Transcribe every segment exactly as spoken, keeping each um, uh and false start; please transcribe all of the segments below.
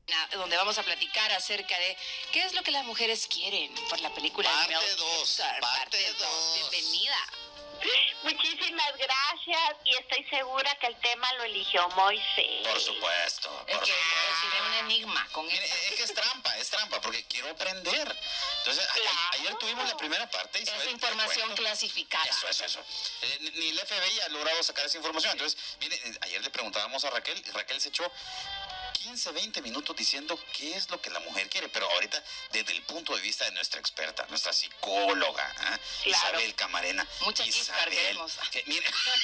donde vamos a platicar acerca de qué es lo que las mujeres quieren por la película Parte de Mel dos, Gibson. parte dos. Bienvenida. Muchísimas gracias y estoy segura que el tema lo eligió Moisés. Por supuesto, por Es que supuesto. tiene un enigma con Mire, eso. es que es trampa, es trampa, porque quiero aprender. Entonces, a- Claro. a- ayer tuvimos la primera parte. Es Isabel, información te cuento. clasificada. Eso, eso, eso. Eh, ni- ni el F B I ha logrado sacar esa información. Entonces, mire, eh, ayer le preguntábamos a Raquel, y Raquel se echó quince, veinte minutos diciendo qué es lo que la mujer quiere, pero ahorita desde el punto de vista de nuestra experta, nuestra psicóloga, ¿eh? Claro. Isabel Camarena. Muchas gift cards queremos. que, mire,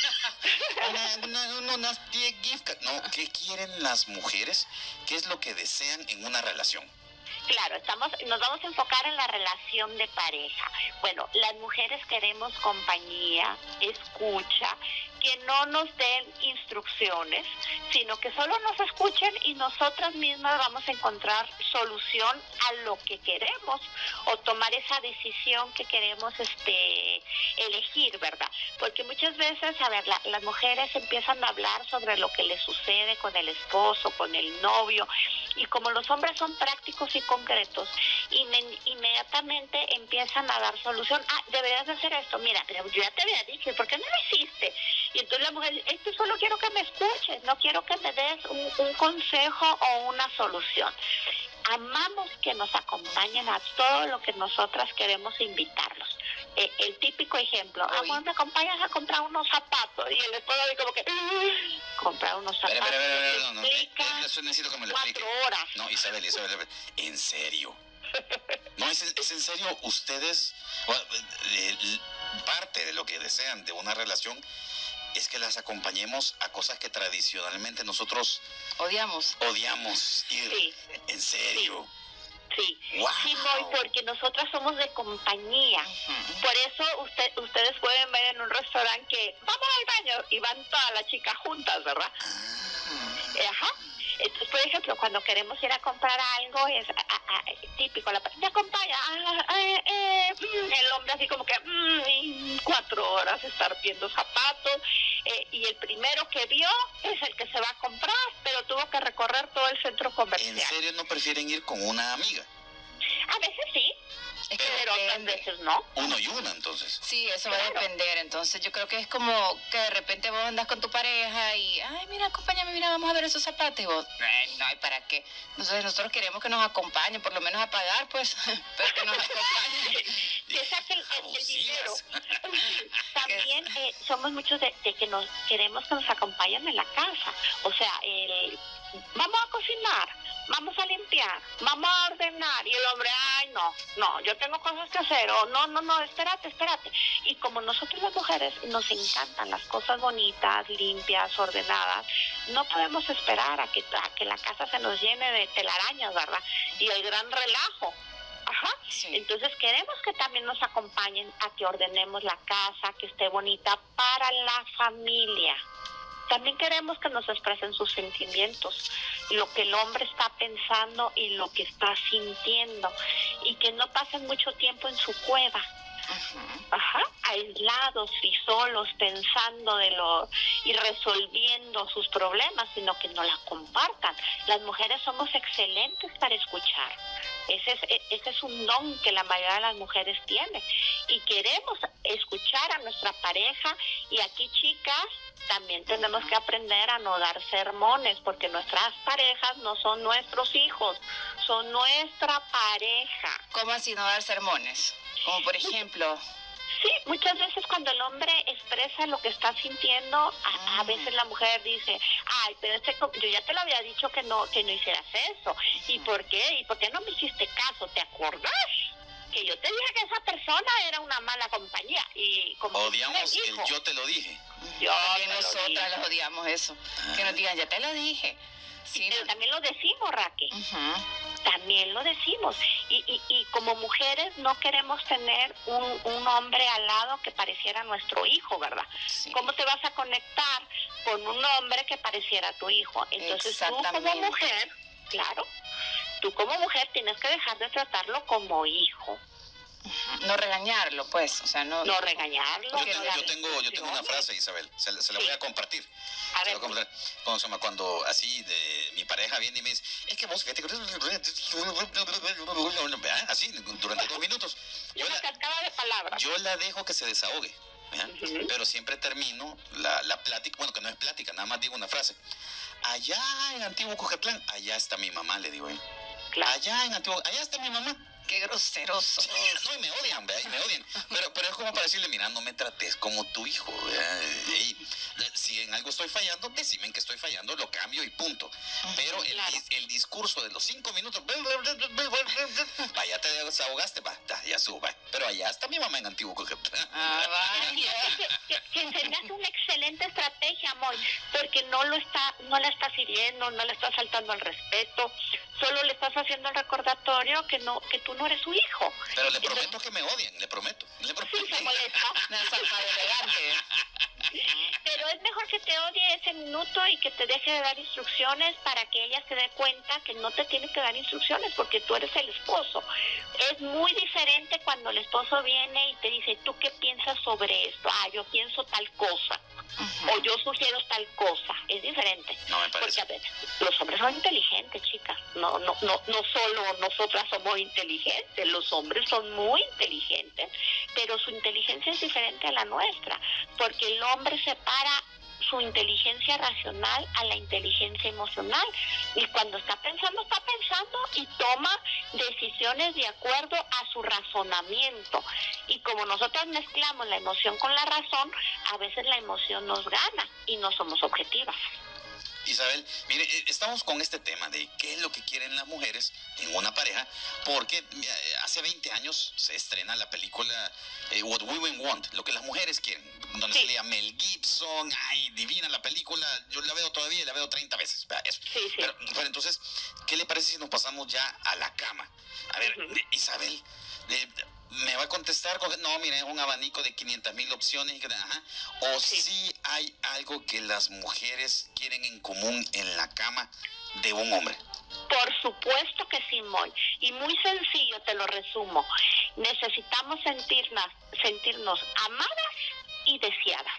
una, una, una- unas diez gift cards. No, ¿qué quieren las mujeres? ¿Qué es lo que desean en una relación? Claro, estamos, nos vamos a enfocar en la relación de pareja. Bueno, las mujeres queremos compañía, escucha, que no nos den instrucciones, sino que solo nos escuchen y nosotras mismas vamos a encontrar solución a lo que queremos o tomar esa decisión que queremos este elegir, ¿verdad? Porque muchas veces, a ver, la, las mujeres empiezan a hablar sobre lo que les sucede con el esposo, con el novio, y como los hombres son prácticos y concretos, inme- inmediatamente empiezan a dar solución. Ah, deberías de hacer esto. Mira, pero yo ya te había dicho, ¿por qué no lo hiciste? Y entonces la mujer dice, es que solo quiero que me escuches, no quiero que me des un, un consejo o una solución. Amamos que nos acompañen a todo lo que nosotras queremos invitarlos. Eh, el típico ejemplo, Oye. amor, ¿me acompañas a comprar unos zapatos? Y el esposo dice como que, comprar unos Espera, zapatos, espera, espera, espera, no, no, implica eh, eso necesito que me lo explique. cuatro horas. No, Isabel, Isabel, Isabel, en serio. No, es, es en serio, ustedes, bueno, eh, eh, parte de lo que desean de una relación es que las acompañemos a cosas que tradicionalmente nosotros Odiamos. odiamos ir. Sí. En serio. Sí, Wow. sí, Moy, porque nosotras somos de compañía. Ujú. Por eso usted, ustedes pueden ver en un restaurante que vamos al baño y van todas las chicas juntas, ¿verdad? Eh, Ajá. Entonces, por ejemplo, cuando queremos ir a comprar algo, es a- a- a- típico, la pareja me acompaña, ah, eh, eh, mm, el hombre así como que mm, y cuatro horas estar viendo zapatos, eh, y el primero que vio es el que se va a comprar, pero tuvo que recorrer todo el centro ¿En comercial. serio no prefieren ir con una amiga? A veces sí, Es que pero otras depende. veces no. Uno y una, entonces. Sí, eso va a Claro. depender. Entonces yo creo que es como que de repente vos andas con tu pareja y, ay, mira, acompáñame, mira, vamos a ver esos zapatos. Y vos, "Ay, no, ¿y para qué? Entonces nosotros queremos que nos acompañen, por lo menos a pagar, pues, pero que nos acompañen. Que saquen el, el dinero. Abusivas. También eh, somos muchos de, de que nos queremos que nos acompañen en la casa. O sea, el, vamos a cocinar, vamos a limpiar, vamos a ordenar. Y el hombre, ay, no, no, yo tengo cosas que hacer. O no, no, no, espérate, espérate. Y como nosotros las mujeres nos encantan las cosas bonitas, limpias, ordenadas, no podemos esperar a que, a que la casa se nos llene de telarañas, ¿verdad? Y el gran relajo. Ajá. Sí. Entonces queremos que también nos acompañen a que ordenemos la casa, que esté bonita para la familia. También queremos que nos expresen sus sentimientos, lo que el hombre está pensando y lo que está sintiendo, y que no pasen mucho tiempo en su cueva. Ujú. Ajá, aislados y solos pensando de lo y resolviendo sus problemas, sino que no la compartan. Las mujeres somos excelentes para escuchar. Ese es, e- ese es un don que la mayoría de las mujeres tiene y queremos escuchar a nuestra pareja. Y aquí, chicas, también tenemos que aprender a no dar sermones, porque nuestras parejas no son nuestros hijos, son nuestra pareja. ¿Cómo así no dar sermones? Como por ejemplo, Sí, muchas veces cuando el hombre expresa lo que está sintiendo, a, a Ah. veces la mujer dice, ay, pero este, co- yo ya te lo había dicho que no que no hicieras eso. ¿Y por qué? ¿Y por qué no me hiciste caso? ¿Te acordás? Que yo te dije que esa persona era una mala compañía. Y como Odiamos usted el dijo, yo te lo dije. yo también te lo nosotras dije. las odiamos eso. Que nos digan, ya te lo dije. Sí, Pero no. también lo decimos, Raquel. Ujú. También lo decimos. Y, y, y como mujeres no queremos tener un, un hombre al lado que pareciera nuestro hijo, ¿verdad? Sí. ¿Cómo te vas a conectar con un hombre que pareciera tu hijo? Entonces tú como Exactamente. mujer, claro, tú como mujer tienes que dejar de tratarlo como hijo. No regañarlo, pues, o sea, no... No regañarlo. Yo no tengo, darle yo tengo, yo tengo una instrucciones. frase, Isabel, se, la- se la Sí. voy a compartir. A Se ver, la voy a compartir. Cuando, se llama, cuando así de, mi pareja viene y me dice, es que vos fíjate que... ¿verdad? Así, durante dos minutos. Yo una la, cascada de palabras. yo la dejo que se desahogue, ¿verdad? Ujú. Pero siempre termino la, la plática, bueno, que no es plática, nada más digo una frase. Allá en Antiguo Cojetlán, allá está mi mamá, le digo yo. Claro. Allá en Antiguo, allá está mi mamá. Qué groseroso. No, y me odian, ¿verdad? Y me odian. Pero, pero es como para decirle, mira, no me trates como tu hijo, ¿verdad? Y si en algo estoy fallando, decime en que estoy fallando, lo cambio y punto. Pero el, Claro. dis- el discurso de los cinco minutos, vaya, te desahogaste, va, ya, ya suba. Pero allá está mi mamá en Antiguo Cojetlán. Ah, vaya. que, que, que se me hace una excelente estrategia, amor, porque no lo está, no la estás hiriendo, no le estás faltando al respeto, solo le estás haciendo el recordatorio que no, que tú no eres su hijo. Pero le Entonces, prometo que me odian, le prometo. Le sí, prometo. se molesta. Una zafada elegante. Pero es mejor que te odie ese minuto y que te deje de dar instrucciones para que ella se dé cuenta que no te tiene que dar instrucciones porque tú eres el esposo. Es muy diferente cuando el esposo viene y te dice, ¿tú qué piensas sobre esto? Ah, yo pienso tal cosa. O yo sugiero tal cosa. Es diferente. No me parece. Porque a ver, los hombres son inteligentes, chicas. No, no, no, no solo nosotras somos inteligentes, los hombres son muy inteligentes, pero su inteligencia es diferente a la nuestra, porque el hombre separa su inteligencia racional a la inteligencia emocional, y cuando está pensando, está pensando y toma decisiones de acuerdo a su razonamiento, y como nosotras mezclamos la emoción con la razón, a veces la emoción nos gana y no somos objetivas. Isabel, mire, eh, estamos con este tema de qué es lo que quieren las mujeres en una pareja, porque mira, eh, hace veinte años se estrena la película eh, What Women Want, lo que las mujeres quieren, donde Sí. salía Mel Gibson, ay, divina la película, yo la veo todavía y la veo treinta veces, vea, eso. Sí, sí. Pero, pero entonces, ¿qué le parece si nos pasamos ya a la cama? A ver, Ujú. eh, Isabel, eh, me va a contestar con, no, mire, es un abanico de quinientas mil opciones, y que- ajá. O Sí. si hay algo que las mujeres quieren en común en la cama de un hombre. Por supuesto que sí, Moy. Y muy sencillo, te lo resumo. Necesitamos sentirnos, sentirnos amadas y deseadas.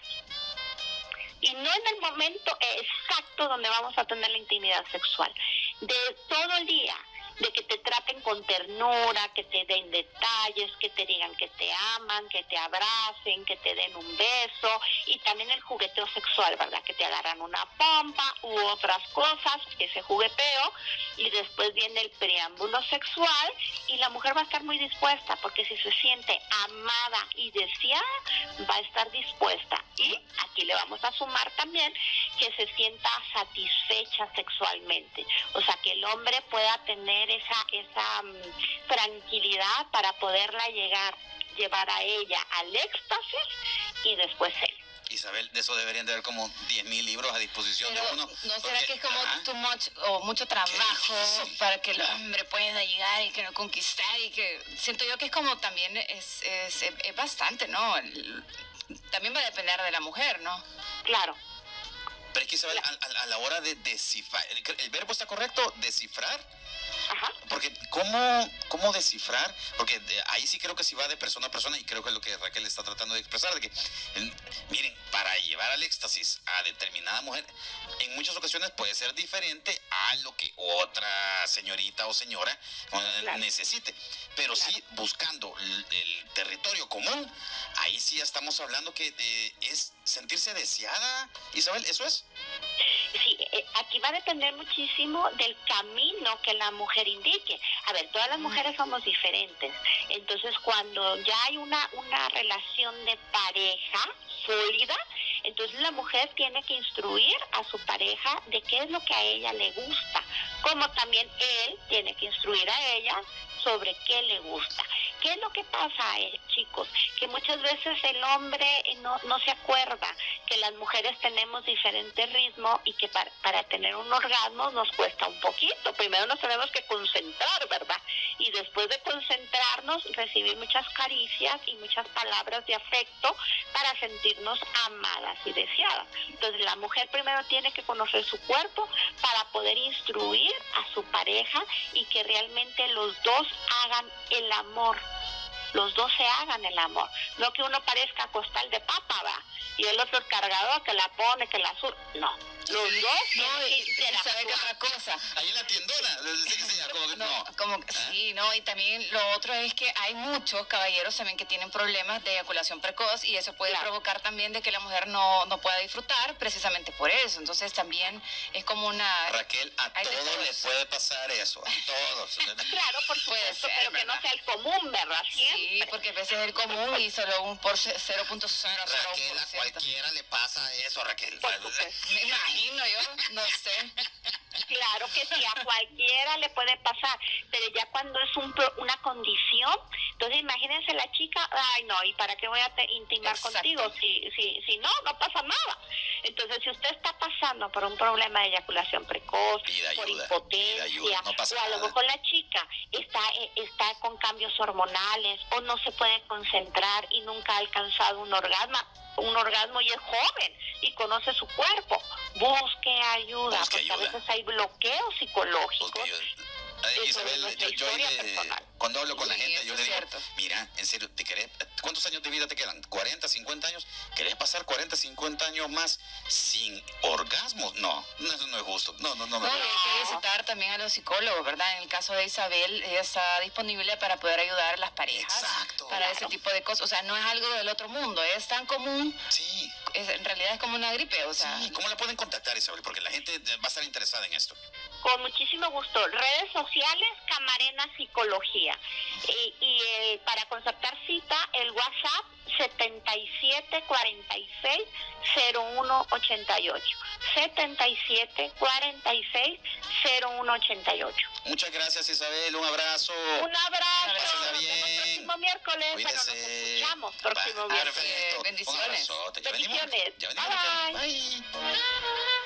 Y no en el momento exacto donde vamos a tener la intimidad sexual. De todo el día, de que te traten con ternura, que te den detalles, que te digan que te aman, que te abracen, que te den un beso, y también el jugueteo sexual, ¿verdad? Que te agarran una pompa u otras cosas, ese jugueteo, y después viene el preámbulo sexual, y la mujer va a estar muy dispuesta, porque si se siente amada y deseada, va a estar dispuesta. Y aquí le vamos a sumar también que se sienta satisfecha sexualmente, o sea, que el hombre pueda tener esa esa um, tranquilidad para poderla llegar llevar a ella al éxtasis y después él. Isabel, de eso deberían de haber como diez mil libros a disposición Pero, de uno. ¿no será porque- que es como ajá. too much o mucho trabajo difícil. para que el hombre pueda llegar y que no conquistar? Y que siento yo que es como también es, es, es bastante, ¿no? El- también va a depender de la mujer, ¿no? Claro. Pero es que Isabel, a, a- a la hora de descifrar, ¿el, el verbo está correcto? ¿Descifrar? Ajá. Porque, ¿cómo, cómo descifrar? Porque de- ahí sí creo que sí va de persona a persona, y creo que es lo que Raquel está tratando de expresar, de que, el- miren, para llevar al éxtasis a determinada mujer, en muchas ocasiones puede ser diferente a lo que otra señorita o señora eh, Claro. necesite. Pero sí, buscando el, el territorio común, ahí sí estamos hablando que eh, es sentirse deseada. Isabel, ¿eso es? Sí, eh, aquí va a depender muchísimo del camino que la mujer indique. A ver, todas las mujeres somos diferentes. Entonces, cuando ya hay una, una relación de pareja sólida, entonces la mujer tiene que instruir a su pareja de qué es lo que a ella le gusta, como también él tiene que instruir a ella sobre qué le gusta. ¿Qué es lo que pasa, eh, chicos? Que muchas veces el hombre eh, no, no se acuerda que las mujeres tenemos diferente ritmo y que para, para tener un orgasmo nos cuesta un poquito. Primero nos tenemos que concentrar, ¿verdad? Y después de concentrarnos, recibir muchas caricias y muchas palabras de afecto para sentirnos amadas y deseadas. Entonces la mujer primero tiene que conocer su cuerpo para poder instruir a su pareja y que realmente los dos hagan el amor los dos se hagan el amor, no que uno parezca costal de papa, va, y el otro el cargador que la pone, que la sur, no, los Sí. dos No, y, y interactúan. sabe que otra cosa. Ahí en la tiendona, sí, sí, como que No, no. como que ¿Ah? sí, no, y también lo otro es que hay muchos caballeros también que tienen problemas de eyaculación precoz y eso puede Claro. provocar también de que la mujer no, no pueda disfrutar precisamente por eso. Entonces también es como una... Raquel, a Hay de todos todo les eso. puede pasar eso, a todos. Claro, por Puede supuesto, ser, pero que no ¿verdad? sea el común, ¿verdad? Siempre. Sí, porque a veces es el común y solo un por cero punto cero cero uno Raquel, a por ciento. cualquiera le pasa eso, Raquel. Por supuesto. Me imagino yo, no sé. Claro que sí, a cualquiera le puede pasar, pero ya cuando es un pro- una condición, entonces imagínense la chica, ay no, ¿y para qué voy a te- intimar Exacto. contigo? Si, si, si no, no pasa nada. Entonces, si usted está pasando por un problema de eyaculación precoz, Pida por ayuda, impotencia, pida ayuda, no pasa o a lo nada. mejor la chica está, eh, está con cambios hormonales, o no se puede concentrar y nunca ha alcanzado un orgasmo, un orgasmo y es joven y conoce su cuerpo, busque ayuda, Busque porque ayuda. a veces hay bloqueos psicológicos. Porque yo, ay, Eso es Isabel, nuestra yo, yo historia le- personal. cuando hablo con la Sí, gente, eso yo es le digo, cierto. mira, en serio, ¿te querés, ¿cuántos años de vida te quedan? ¿cuarenta, cincuenta años? ¿Querés pasar cuarenta, cincuenta años más sin orgasmos? No, no, eso no es justo. No, no, no me No, y hay que visitar también a los psicólogos, ¿verdad? En el caso de Isabel, ella está disponible para poder ayudar a las parejas Exacto. para ese tipo de cosas. O sea, no es algo del otro mundo, es tan común, Sí, es- en realidad es como una gripe, o sea... sí. ¿Cómo la pueden contactar, Isabel? Porque la gente va a estar interesada en esto. Con muchísimo gusto. Redes sociales, Camarena Psicología. Y, y el- para concertar cita, el WhatsApp setenta y siete cuarenta y seis cero uno ochenta y ocho. setenta y siete cuarenta y seis cero uno ochenta y ocho. Muchas gracias, Isabel. Un abrazo. Un abrazo. Pásala Nos vemos bien. próximo miércoles. Bueno, nos Cuídese. escuchamos próximo Va, miércoles. perfecto. Bendiciones. Un abrazote. Ya venimos. Bendiciones. Ya venimos. Bye, Bye.